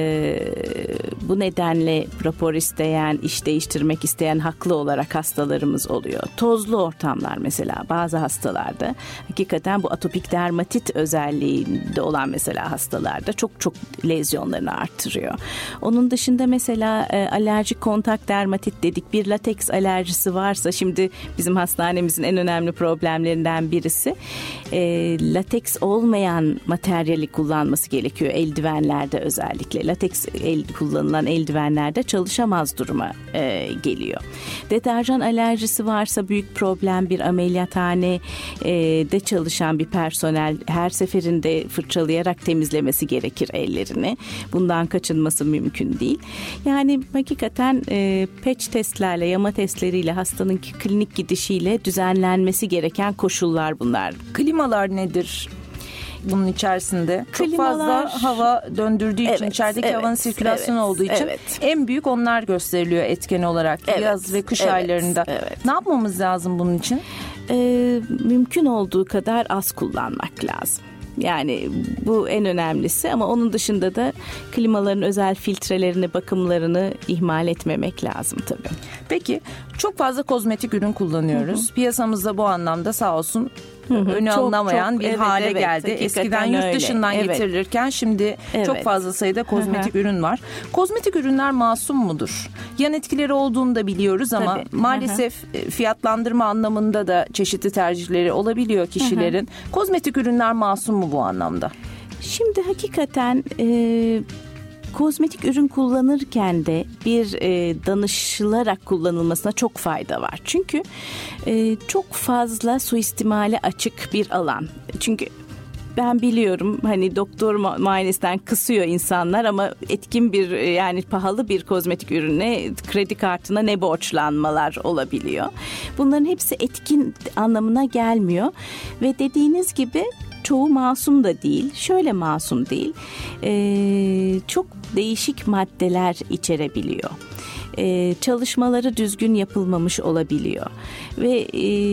bu nedenle rapor isteyen, iş değiştirmek isteyen haklı olarak hastalarımız oluyor. Tozlu ortamlar mesela bazı hastalarda hakikaten bu atopik dermatit özelliğinde olan mesela hastalarda çok lezyonlarını arttırıyor. Onun dışında mesela alerjik kontak dermatit dedik, bir lateks alerjisi varsa, şimdi bizim hastanemizin en önemli problemlerinden birisi lateks olmayan materyali kullanması gerekiyor eldivenlerde özellikle. Lateks kullanılan eldivenlerde çalışamaz duruma geliyor. Deterjan alerjisi varsa büyük problem, bir ameliyathanede çalışan bir personel her seferinde fırçalayarak temizlemesi gerekir ellerini. Bundan kaçınması mümkün değil. Yani hakikaten patch testlerle, yama testleriyle, hastanın klinik gidişiyle düzenlenmesi gereken koşullar bunlar. Klimalar nedir bunun içerisinde? Çok fazla hava döndürdüğü için, içerideki havanın sirkülasyonu olduğu için en büyük onlar gösteriliyor etken olarak yaz ve kış aylarında. Ne yapmamız lazım bunun için? Mümkün olduğu kadar az kullanmak lazım. Yani bu en önemlisi, ama onun dışında da klimaların özel filtrelerini, bakımlarını ihmal etmemek lazım tabii. Peki, çok fazla kozmetik ürün kullanıyoruz. Piyasamızda bu anlamda sağ olsun önü alınamayan bir hale geldi. Eskiden yurt dışından getirilirken şimdi çok fazla sayıda kozmetik ürün var. Kozmetik ürünler masum mudur? Yan etkileri olduğunu da biliyoruz ama maalesef fiyatlandırma anlamında da çeşitli tercihleri olabiliyor kişilerin. Kozmetik ürünler masum mu bu anlamda? Şimdi hakikaten kozmetik ürün kullanırken de bir danışılarak kullanılmasına çok fayda var. Çünkü çok fazla suistimale açık bir alan. Çünkü ben biliyorum, hani doktor muayenesinden kısıyor insanlar ama etkin bir, yani pahalı bir kozmetik ürüne, kredi kartına ne borçlanmalar olabiliyor. Bunların hepsi etkin anlamına gelmiyor ve dediğiniz gibi çoğu masum da değil. Şöyle masum değil. Çok değişik maddeler içerebiliyor. Çalışmaları düzgün yapılmamış olabiliyor. Ve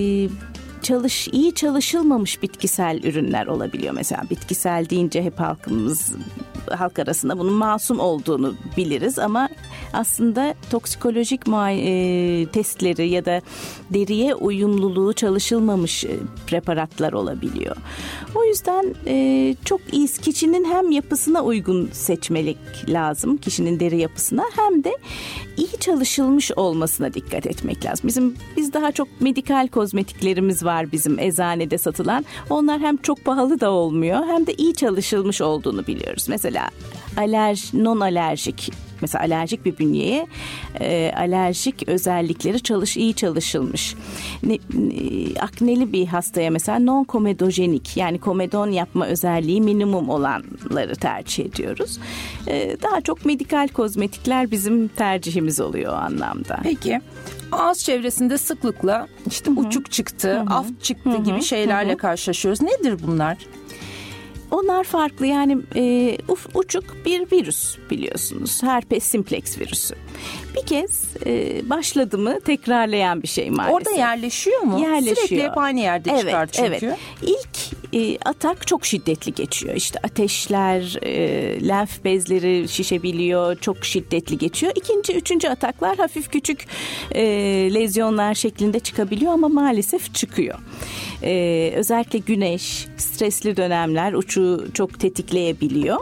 iyi çalışılmamış bitkisel ürünler olabiliyor. Mesela bitkisel deyince hep halk arasında bunun masum olduğunu biliriz ama aslında toksikolojik testleri ya da deriye uyumluluğu çalışılmamış preparatlar olabiliyor. O yüzden çok iyi, kişinin hem yapısına uygun seçmelik lazım, kişinin deri yapısına, hem de iyi çalışılmış olmasına dikkat etmek lazım. Biz daha çok medikal kozmetiklerimiz var bizim eczanede satılan. Onlar hem çok pahalı da olmuyor hem de iyi çalışılmış olduğunu biliyoruz. Mesela non alerjik, mesela alerjik bir bünyeye alerjik özellikleri iyi çalışılmış. Akneli bir hastaya mesela non komedojenik, yani komedon yapma özelliği minimum olanları tercih ediyoruz. Daha çok medikal kozmetikler bizim tercihimiz oluyor o anlamda. Peki, ağız çevresinde sıklıkla işte uçuk çıktı, af çıktı gibi şeylerle karşılaşıyoruz. Nedir bunlar? Onlar farklı yani uçuk bir virüs biliyorsunuz. Herpes simplex virüsü. Bir kez başladı mı tekrarlayan bir şey maalesef. Orada yerleşiyor mu? Yerleşiyor. Sürekli hep aynı yerde çıkar çünkü. Evet. İlk atak çok şiddetli geçiyor. İşte ateşler, lenf bezleri şişebiliyor. Çok şiddetli geçiyor. İkinci, üçüncü ataklar hafif küçük lezyonlar şeklinde çıkabiliyor ama maalesef çıkıyor. Özellikle güneş, stresli dönemler uçu çok tetikleyebiliyor.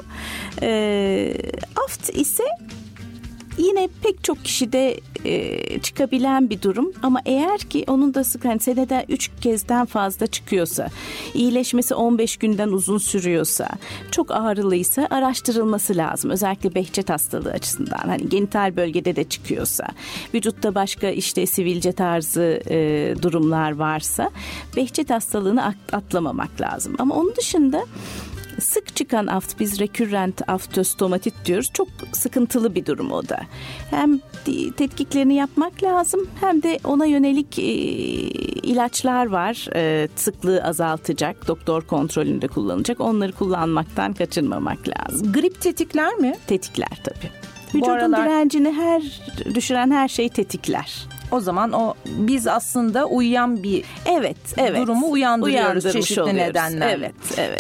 Aft ise yine pek çok kişide çıkabilen bir durum ama eğer ki onun da hani senede 3 kezden fazla çıkıyorsa, iyileşmesi 15 günden uzun sürüyorsa, çok ağrılıysa araştırılması lazım. Özellikle Behçet hastalığı açısından hani genital bölgede de çıkıyorsa, vücutta başka işte sivilce tarzı durumlar varsa Behçet hastalığını atlamamak lazım. Ama onun dışında sık çıkan aft, biz rekürrent aftostomatit diyoruz. Çok sıkıntılı bir durum o da. Hem tetkiklerini yapmak lazım hem de ona yönelik ilaçlar var. Sıklığı azaltacak, doktor kontrolünde kullanılacak. Onları kullanmaktan kaçınmamak lazım. Grip tetikler mi? Tetikler tabii. Vücudun direncini düşüren her şey tetikler. O zaman biz aslında uyuyan bir durumu uyandırıyoruz çeşitli nedenlerle. Evet.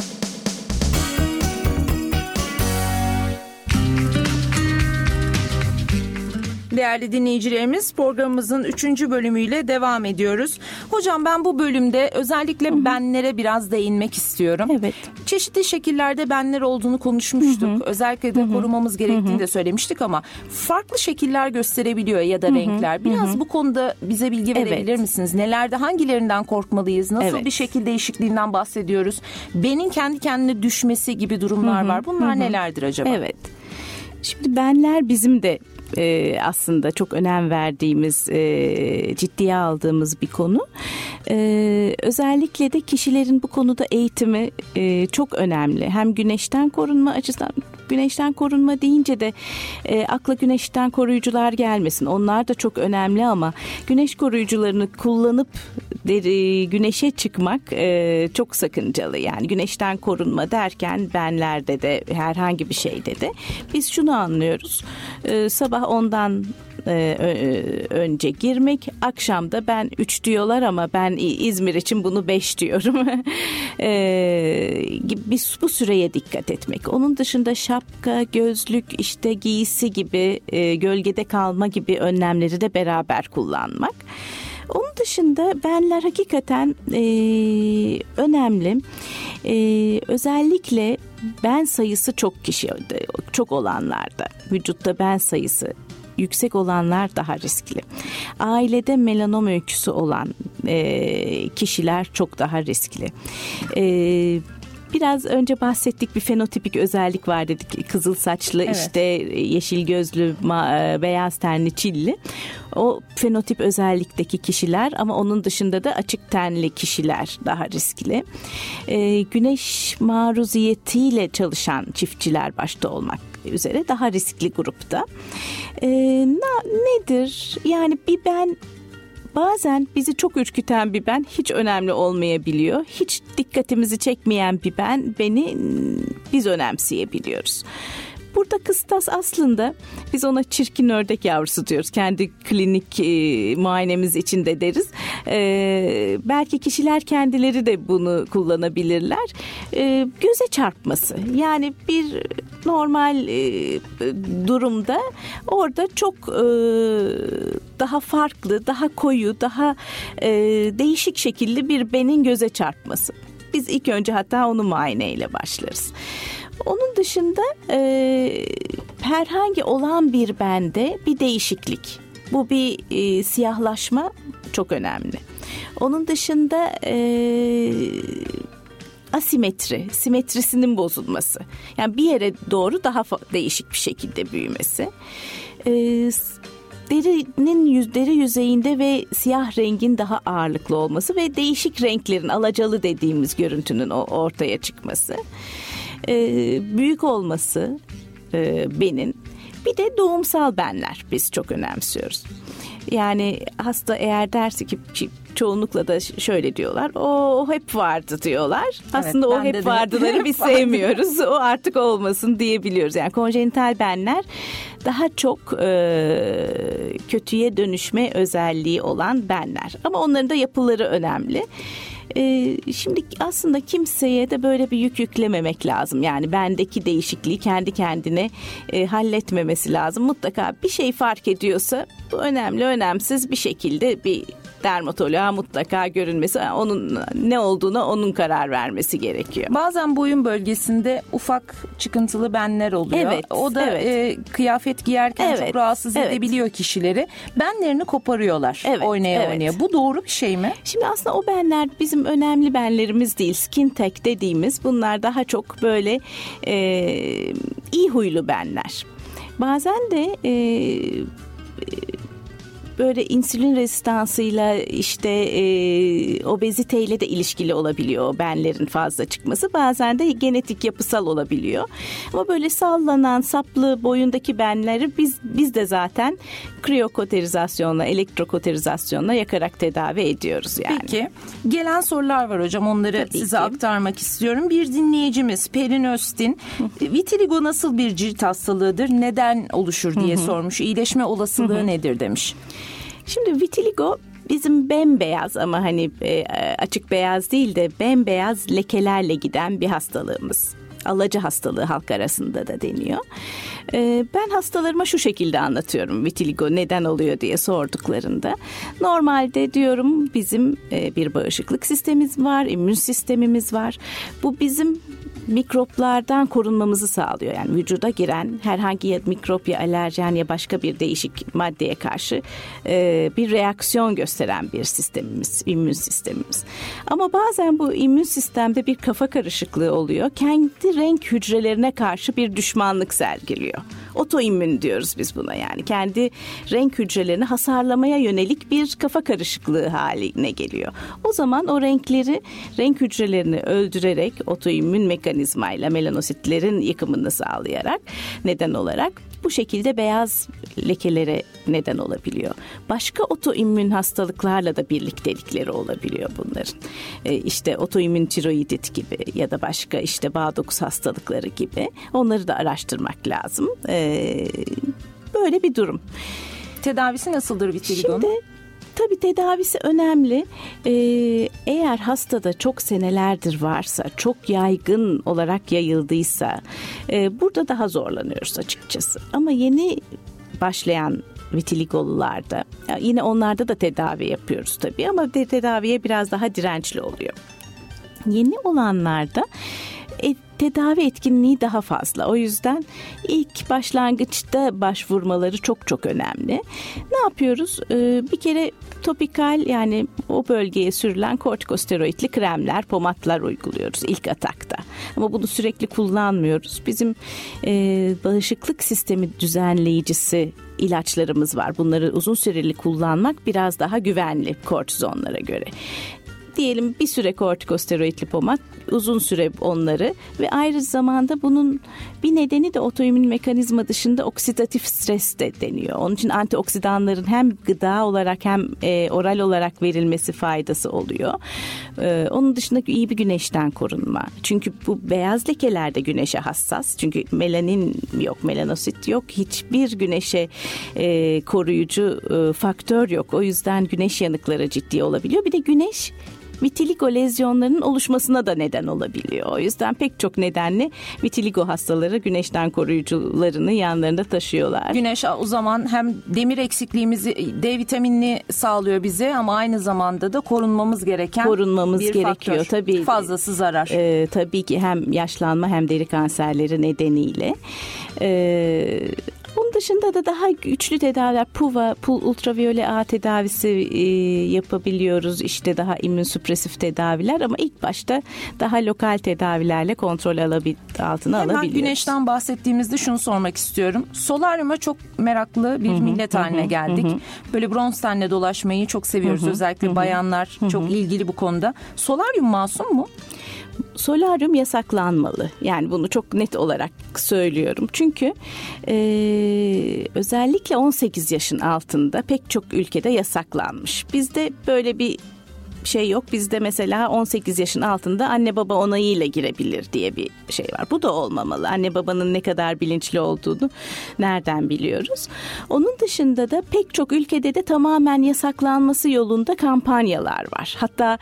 Değerli dinleyicilerimiz, programımızın 3. bölümüyle devam ediyoruz. Hocam ben bu bölümde özellikle benlere biraz değinmek istiyorum. Evet. Çeşitli şekillerde benler olduğunu konuşmuştuk. Özellikle de korumamız gerektiğini de söylemiştik ama farklı şekiller gösterebiliyor ya da renkler. Biraz bu konuda bize bilgi verebilir misiniz? Nelerde, hangilerinden korkmalıyız? Nasıl bir şekil değişikliğinden bahsediyoruz? Benin kendi kendine düşmesi gibi durumlar var. Bunlar nelerdir acaba? Evet. Şimdi benler bizim de aslında çok önem verdiğimiz, ciddiye aldığımız bir konu. Özellikle de kişilerin bu konuda eğitimi çok önemli. Hem güneşten korunma açısından, güneşten korunma deyince de akla güneşten koruyucular gelmesin. Onlar da çok önemli ama güneş koruyucularını kullanıp güneşe çıkmak çok sakıncalı. Yani güneşten korunma derken benlerde de herhangi bir şeyde de biz şunu anlıyoruz. Sabah ondan önce girmek, akşamda ben 3 diyorlar ama ben İzmir için bunu 5 diyorum. Biz bu süreye dikkat etmek. Onun dışında şapka, gözlük, işte giysi gibi, gölgede kalma gibi önlemleri de beraber kullanmak. Onun dışında benler hakikaten önemli. Özellikle ben sayısı çok olanlarda, vücutta ben sayısı yüksek olanlar daha riskli. Ailede melanom öyküsü olan kişiler çok daha riskli. Biraz önce bahsettik, bir fenotipik özellik var dedik. Kızıl saçlı, işte yeşil gözlü, beyaz tenli, çilli. O fenotip özellikteki kişiler ama onun dışında da açık tenli kişiler daha riskli. Güneş maruziyetiyle çalışan çiftçiler başta olmak üzere daha riskli grupta. Nedir? Yani bir ben, bazen bizi çok ürküten bir ben hiç önemli olmayabiliyor. Hiç dikkatimizi çekmeyen bir beni biz önemseyebiliyoruz. Burada kıstas aslında biz ona çirkin ördek yavrusu diyoruz. Kendi klinik muayenemiz için de deriz. Belki kişiler kendileri de bunu kullanabilirler. Göze çarpması. Yani bir normal durumda orada çok daha farklı, daha koyu, daha değişik şekilli bir benin göze çarpması. Biz ilk önce hatta onu muayeneyle başlarız. Onun dışında herhangi olan bir bende bir değişiklik. Bu bir siyahlaşma çok önemli. Onun dışında asimetri, simetrisinin bozulması. Yani bir yere doğru daha değişik bir şekilde büyümesi. Deri yüzeyinde ve siyah rengin daha ağırlıklı olması ve değişik renklerin, alacalı dediğimiz görüntünün ortaya çıkması. Büyük olması benin. Bir de doğumsal benler biz çok önemsiyoruz. Yani hasta eğer derse ki çoğunlukla da şöyle diyorlar. O hep vardı diyorlar. Aslında o hep vardıları biz sevmiyoruz. O artık olmasın diyebiliyoruz. Yani konjenital benler daha çok kötüye dönüşme özelliği olan benler. Ama onların da yapıları önemli. Şimdi aslında kimseye de böyle bir yük yüklememek lazım. Yani bendeki değişikliği kendi kendine halletmemesi lazım. Mutlaka bir şey fark ediyorsa bu önemli, önemsiz bir şekilde bir dermatoloğa mutlaka görünmesi, onun ne olduğuna onun karar vermesi gerekiyor. Bazen boyun bölgesinde ufak çıkıntılı benler oluyor. Evet, o da kıyafet giyerken çok rahatsız edebiliyor kişileri. Benlerini koparıyorlar oynaya. Bu doğru bir şey mi? Şimdi aslında o benler bizim önemli benlerimiz değil. Skin tag dediğimiz bunlar daha çok böyle iyi huylu benler. Bazen de böyle insülin rezistansıyla işte obeziteyle de ilişkili olabiliyor benlerin fazla çıkması. Bazen de genetik yapısal olabiliyor. Ama böyle sallanan saplı boyundaki benleri biz de zaten kriyokoterizasyonla, elektrokoterizasyonla yakarak tedavi ediyoruz yani. Peki gelen sorular var hocam, onları size aktarmak istiyorum. Bir dinleyicimiz Perin Öztin, vitiligo nasıl bir cilt hastalığıdır, neden oluşur diye sormuş. İyileşme olasılığı nedir demiş. Şimdi vitiligo bizim bembeyaz ama hani açık beyaz değil de bembeyaz lekelerle giden bir hastalığımız. Alaca hastalığı halk arasında da deniyor. Ben hastalarıma şu şekilde anlatıyorum vitiligo neden oluyor diye sorduklarında. Normalde diyorum bizim bir bağışıklık sistemimiz var, immün sistemimiz var. Bu bizim mikroplardan korunmamızı sağlıyor. Yani vücuda giren herhangi ya mikrop ya alerjen ya başka bir değişik maddeye karşı bir reaksiyon gösteren bir sistemimiz, immün sistemimiz. Ama bazen bu immün sistemde bir kafa karışıklığı oluyor. Kendi renk hücrelerine karşı bir düşmanlık sergiliyor. Otoimmün diyoruz biz buna, yani kendi renk hücrelerini hasarlamaya yönelik bir kafa karışıklığı haline geliyor. O zaman o renk hücrelerini öldürerek otoimmün mekanizmayla melanositlerin yıkımını sağlayarak neden olarak bu şekilde beyaz lekelere neden olabiliyor. Başka otoimmün hastalıklarla da birliktelikleri olabiliyor bunların. İşte otoimmün tiroidit gibi ya da başka işte bağ dokusu hastalıkları gibi, onları da araştırmak lazım. Böyle bir durum. Tedavisi nasıldır vitiligonun? Şimdi tabii tedavisi önemli. Eğer hastada çok senelerdir varsa, çok yaygın olarak yayıldıysa burada daha zorlanıyoruz açıkçası. Ama yeni başlayan vitiligolularda yine onlarda da tedavi yapıyoruz tabii ama tedaviye biraz daha dirençli oluyor. Yeni olanlarda tedavi etkinliği daha fazla. O yüzden ilk başlangıçta başvurmaları çok çok önemli. Ne yapıyoruz? Bir kere topikal, yani o bölgeye sürülen kortikosteroidli kremler, pomatlar uyguluyoruz ilk atakta. Ama bunu sürekli kullanmıyoruz. Bizim bağışıklık sistemi düzenleyicisi ilaçlarımız var. Bunları uzun süreli kullanmak biraz daha güvenli kortizonlara göre. Diyelim bir süre kortikosteroidli pomat, uzun süre onları ve aynı zamanda bunun bir nedeni de otoimmün mekanizma dışında oksidatif stres de deniyor. Onun için antioksidanların hem gıda olarak hem oral olarak verilmesi faydası oluyor. Onun dışında iyi bir güneşten korunma. Çünkü bu beyaz lekeler de güneşe hassas. Çünkü melanin yok, melanosit yok. Hiçbir güneşe koruyucu faktör yok. O yüzden güneş yanıkları ciddi olabiliyor. Bir de güneş vitiligo lezyonlarının oluşmasına da neden olabiliyor. O yüzden pek çok nedenle vitiligo hastaları güneşten koruyucularını yanlarında taşıyorlar. Güneş o zaman hem demir eksikliğimizi, D vitaminini sağlıyor bize ama aynı zamanda da korunmamız gereken bir gerekiyor. faktör. Tabii, fazlası zarar. Tabii ki hem yaşlanma hem deri kanserleri nedeniyle. Bunun dışında da daha güçlü tedaviler, PUVA, ultraviyole A tedavisi yapabiliyoruz. İşte daha immünsüpresif tedaviler ama ilk başta daha lokal tedavilerle kontrol altına alabiliyoruz. Hemen güneşten bahsettiğimizde şunu sormak istiyorum. Solaryuma çok meraklı bir millet haline geldik. Böyle bronz tenle dolaşmayı çok seviyoruz. Özellikle bayanlar çok ilgili bu konuda. Solaryum masum mu? Solaryum yasaklanmalı. Yani bunu çok net olarak söylüyorum. Çünkü özellikle 18 yaşın altında pek çok ülkede yasaklanmış. Bizde böyle bir şey yok. Bizde mesela 18 yaşın altında anne baba onayıyla girebilir diye bir şey var. Bu da olmamalı. Anne babanın ne kadar bilinçli olduğunu nereden biliyoruz? Onun dışında da pek çok ülkede de tamamen yasaklanması yolunda kampanyalar var. Hatta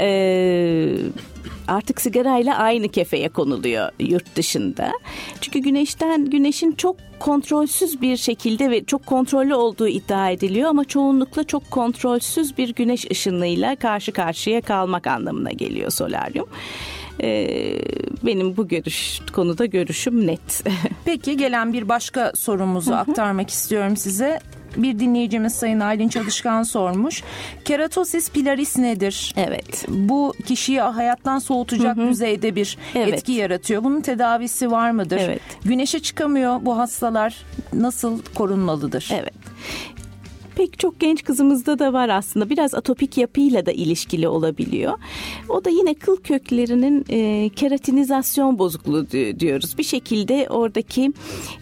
artık sigarayla aynı kefeye konuluyor yurt dışında. Çünkü güneşin çok kontrolsüz bir şekilde ve çok kontrollü olduğu iddia ediliyor ama çoğunlukla çok kontrolsüz bir güneş ışınıyla karşı karşıya kalmak anlamına geliyor solaryum. Benim bu konuda görüşüm net. Peki gelen bir başka sorumuzu aktarmak istiyorum size. Bir dinleyicimiz Sayın Aylin Çalışkan sormuş. Keratosis pilaris nedir? Evet. Bu kişiyi hayattan soğutacak düzeyde bir etki yaratıyor. Bunun tedavisi var mıdır? Evet. Güneşe çıkamıyor bu hastalar. Nasıl korunmalıdır? Evet. Pek çok genç kızımızda da var aslında. Biraz atopik yapıyla da ilişkili olabiliyor. O da yine kıl köklerinin keratinizasyon bozukluğu diyoruz. Bir şekilde oradaki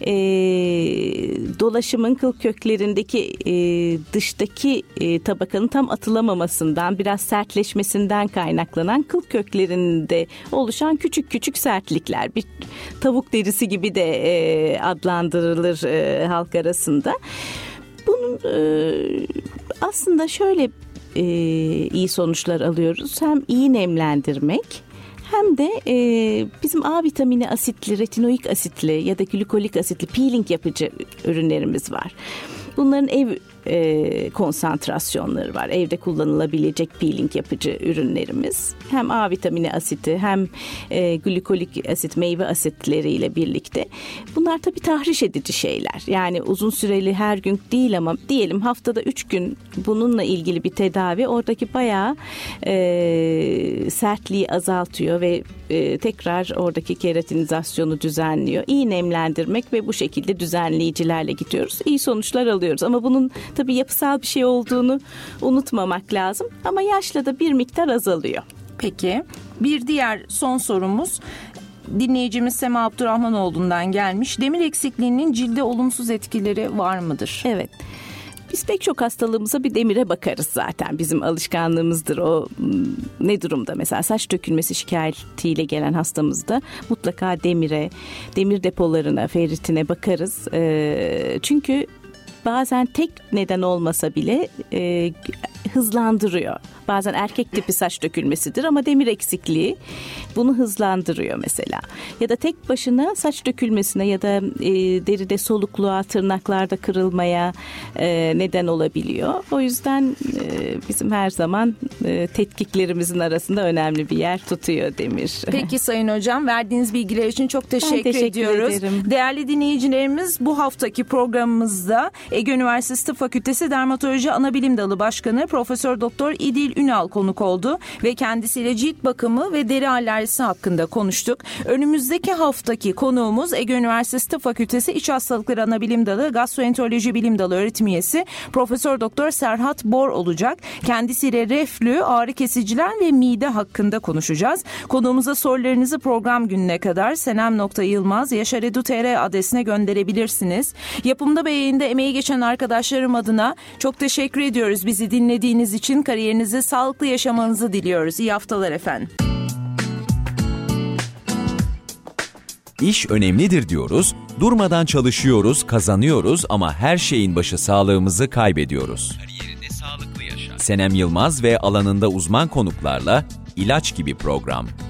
dolaşımın kıl köklerindeki dıştaki tabakanın tam atılamamasından, biraz sertleşmesinden kaynaklanan kıl köklerinde oluşan küçük küçük sertlikler. Bir tavuk derisi gibi de adlandırılır halk arasında. Bunun aslında şöyle iyi sonuçlar alıyoruz. Hem iyi nemlendirmek hem de bizim A vitamini asitli, retinoik asitli ya da glikolik asitli peeling yapıcı ürünlerimiz var. Bunların ev konsantrasyonları var. Evde kullanılabilecek peeling yapıcı ürünlerimiz. Hem A vitamini asiti hem glikolik asit, meyve asitleriyle birlikte. Bunlar tabii tahriş edici şeyler. Yani uzun süreli her gün değil ama diyelim haftada 3 gün bununla ilgili bir tedavi oradaki bayağı sertliği azaltıyor ve tekrar oradaki keratinizasyonu düzenliyor. İyi nemlendirmek ve bu şekilde düzenleyicilerle gidiyoruz. İyi sonuçlar alıyoruz ama bunun tabii yapısal bir şey olduğunu unutmamak lazım. Ama yaşla da bir miktar azalıyor. Peki bir diğer son sorumuz dinleyicimiz Sema Abdurrahmanoğlu'ndan gelmiş. Demir eksikliğinin cilde olumsuz etkileri var mıdır? Evet. Biz pek çok hastalığımıza bir demire bakarız zaten. Bizim alışkanlığımızdır o. Ne durumda mesela saç dökülmesi şikayetiyle gelen hastamızda mutlaka demir depolarına, ferritine bakarız. Çünkü bazen tek neden olmasa bile hızlandırıyor. Bazen erkek tipi saç dökülmesidir ama demir eksikliği bunu hızlandırıyor mesela. Ya da tek başına saç dökülmesine ya da deride solukluğa, tırnaklarda kırılmaya neden olabiliyor. O yüzden bizim her zaman tetkiklerimizin arasında önemli bir yer tutuyor demir. Peki Sayın Hocam, verdiğiniz bilgiler için çok teşekkür ediyoruz. Ederim. Değerli dinleyicilerimiz, bu haftaki programımızda Ege Üniversitesi Tıp Fakültesi Dermatoloji Anabilim Dalı Başkanı Profesör Doktor İdil Ünal konuk oldu ve kendisiyle cilt bakımı ve deri alerjisi hakkında konuştuk. Önümüzdeki haftaki konuğumuz Ege Üniversitesi Tıp Fakültesi İç Hastalıkları Anabilim Dalı Gastroenteroloji Bilim Dalı öğretim üyesi Profesör Doktor Serhat Bor olacak. Kendisiyle reflü, ağrı kesiciler ve mide hakkında konuşacağız. Konuğumuza sorularınızı program gününe kadar senem.yılmaz@yaşar.edu.tr adresine gönderebilirsiniz. Yapımda ve yayında emeği geçen arkadaşlarım adına çok teşekkür ediyoruz. Bizi dinlediğiniz için kariyerinizi sağlıklı yaşamanızı diliyoruz. İyi haftalar efendim. İş önemlidir diyoruz, durmadan çalışıyoruz, kazanıyoruz ama her şeyin başı sağlığımızı kaybediyoruz. Kariyerinde sağlıklı yaşa. Senem Yılmaz ve alanında uzman konuklarla İlaç Gibi program.